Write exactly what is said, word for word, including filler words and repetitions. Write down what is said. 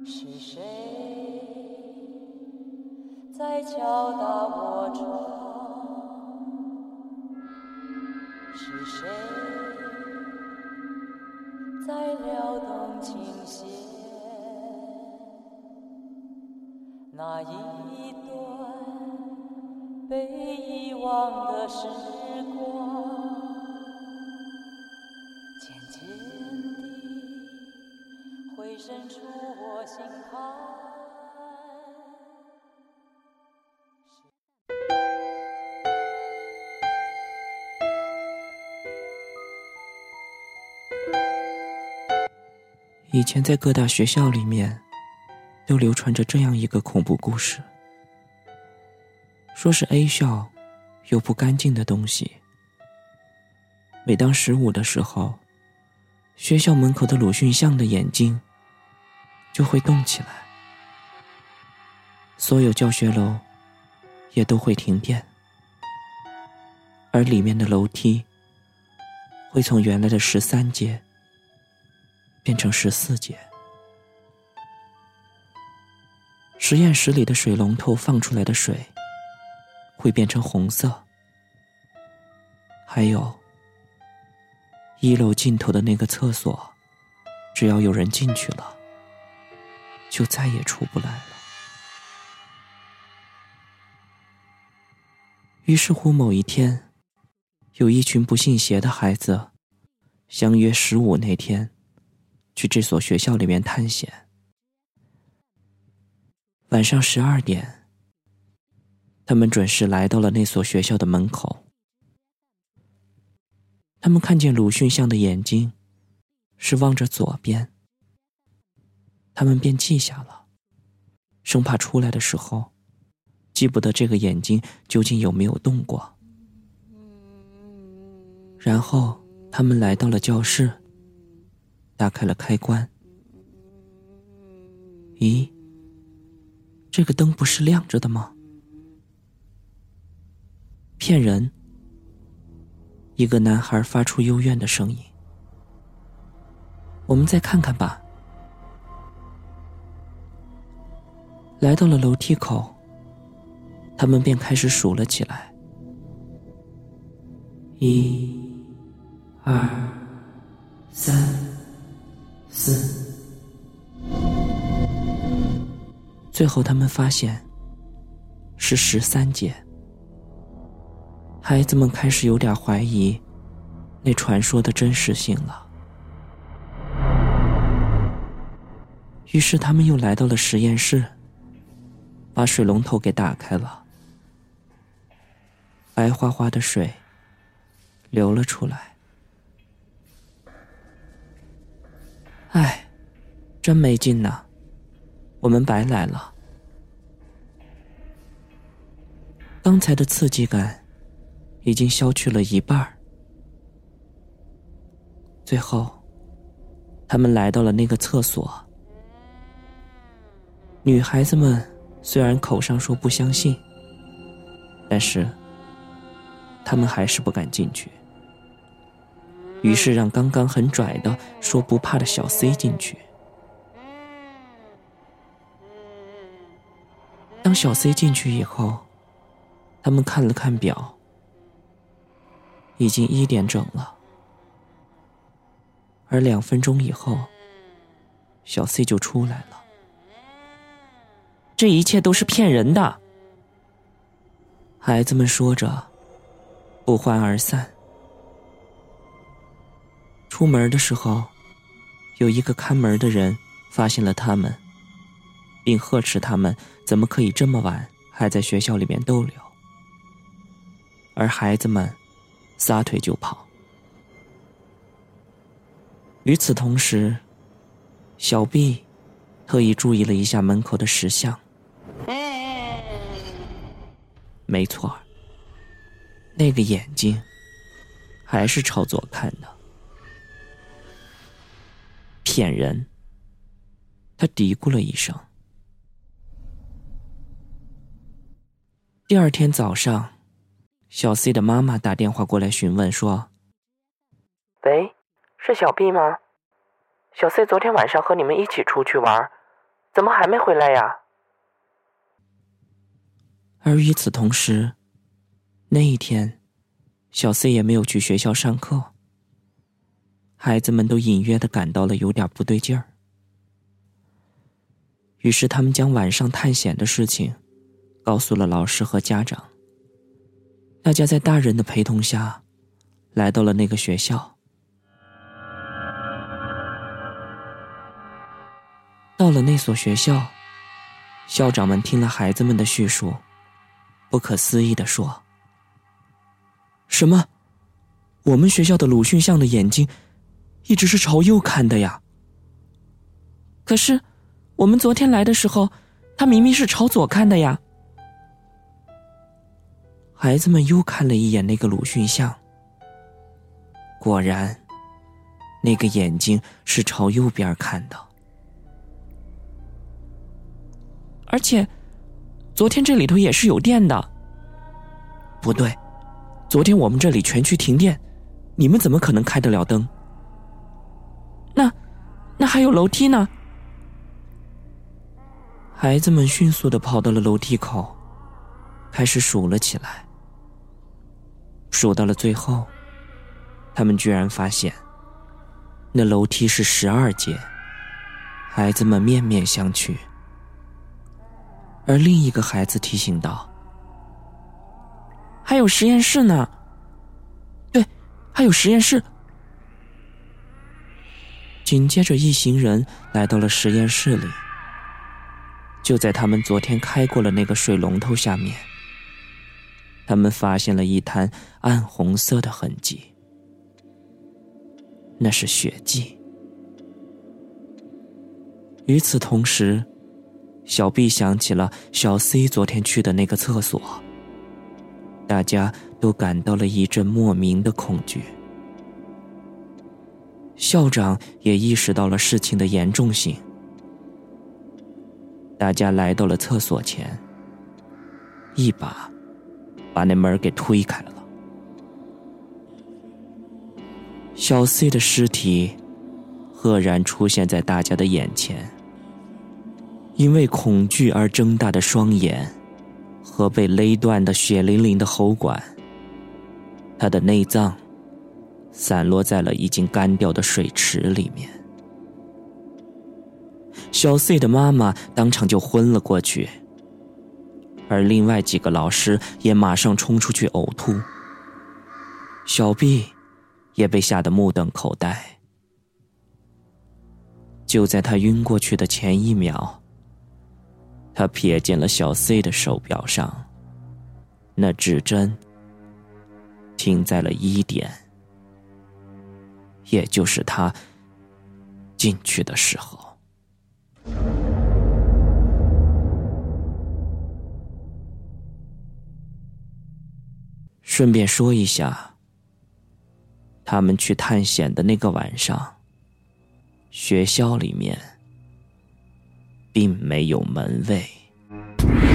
是谁在敲打我窗？是谁在撩动琴弦？那一段被遗忘的时光，渐渐地回渗出我心坎。 以前在各大学校里面都流传着这样一个恐怖故事，说是 A 校有不干净的东西，每当十五的时候，学校门口的鲁迅像的眼睛就会动起来，所有教学楼也都会停电，而里面的楼梯会从原来的十三节变成十四节。实验室里的水龙头放出来的水会变成红色，还有一楼尽头的那个厕所，只要有人进去了，就再也出不来了。于是乎某一天，有一群不信邪的孩子相约十五那天去这所学校里面探险。晚上十二点，他们准时来到了那所学校的门口。他们看见鲁迅像的眼睛是望着左边，他们便记下了，生怕出来的时候记不得这个眼睛究竟有没有动过。然后他们来到了教室，打开了开关。咦，这个灯不是亮着的吗？骗人！一个男孩发出幽怨的声音。我们再看看吧。来到了楼梯口，他们便开始数了起来。一、二、三、四。最后他们发现是十三节。孩子们开始有点怀疑那传说的真实性了。于是他们又来到了实验室，把水龙头给打开了，白花花的水流了出来。唉，真没劲呐，我们白来了。刚才的刺激感已经消去了一半。最后他们来到了那个厕所。女孩子们虽然口上说不相信，但是他们还是不敢进去，于是让刚刚很拽的说不怕的小 C 进去。当小 C 进去以后，他们看了看表，已经一点整了，而两分钟以后，小 C 就出来了。这一切都是骗人的，孩子们说着，不欢而散。出门的时候，有一个看门的人发现了他们，并呵斥他们怎么可以这么晚还在学校里面逗留，而孩子们撒腿就跑。与此同时，小 B 特意注意了一下门口的石像。没错，那个眼睛还是朝左看的。骗人，他嘀咕了一声。第二天早上，小 C 的妈妈打电话过来询问说： 喂，是小 B 吗？小 C 昨天晚上和你们一起出去玩， 怎么还没回来呀？而与此同时，那一天，小 C 也没有去学校上课。孩子们都隐约地感到了有点不对劲儿，于是他们将晚上探险的事情告诉了老师和家长。大家在大人的陪同下来到了那个学校。到了那所学校，校长们听了孩子们的叙述，不可思议地说：什么？我们学校的鲁迅像的眼睛一直是朝右看的呀。可是我们昨天来的时候，他明明是朝左看的呀。孩子们又看了一眼那个鲁迅像，果然那个眼睛是朝右边看的。而且昨天这里头也是有电的。不对，昨天我们这里全区停电，你们怎么可能开得了灯？那那还有楼梯呢？孩子们迅速地跑到了楼梯口，开始数了起来。数到了最后，他们居然发现那楼梯是十二阶。孩子们面面相觑，而另一个孩子提醒道：还有实验室呢。对，还有实验室。紧接着一行人来到了实验室里，就在他们昨天开过了那个水龙头下面，他们发现了一滩暗红色的痕迹，那是血迹。与此同时，小 B 想起了小 C 昨天去的那个厕所，大家都感到了一阵莫名的恐惧。校长也意识到了事情的严重性，大家来到了厕所前，一把把那门给推开了。小 C 的尸体赫然出现在大家的眼前，因为恐惧而睁大的双眼和被勒断的血淋淋的喉管，他的内脏散落在了已经干掉的水池里面。小 C 的妈妈当场就昏了过去，而另外几个老师也马上冲出去呕吐。小 B 也被吓得目瞪口呆。就在他晕过去的前一秒，他瞥见了小 C 的手表上，那指针停在了一点，也就是他进去的时候。顺便说一下，他们去探险的那个晚上，学校里面并没有门卫。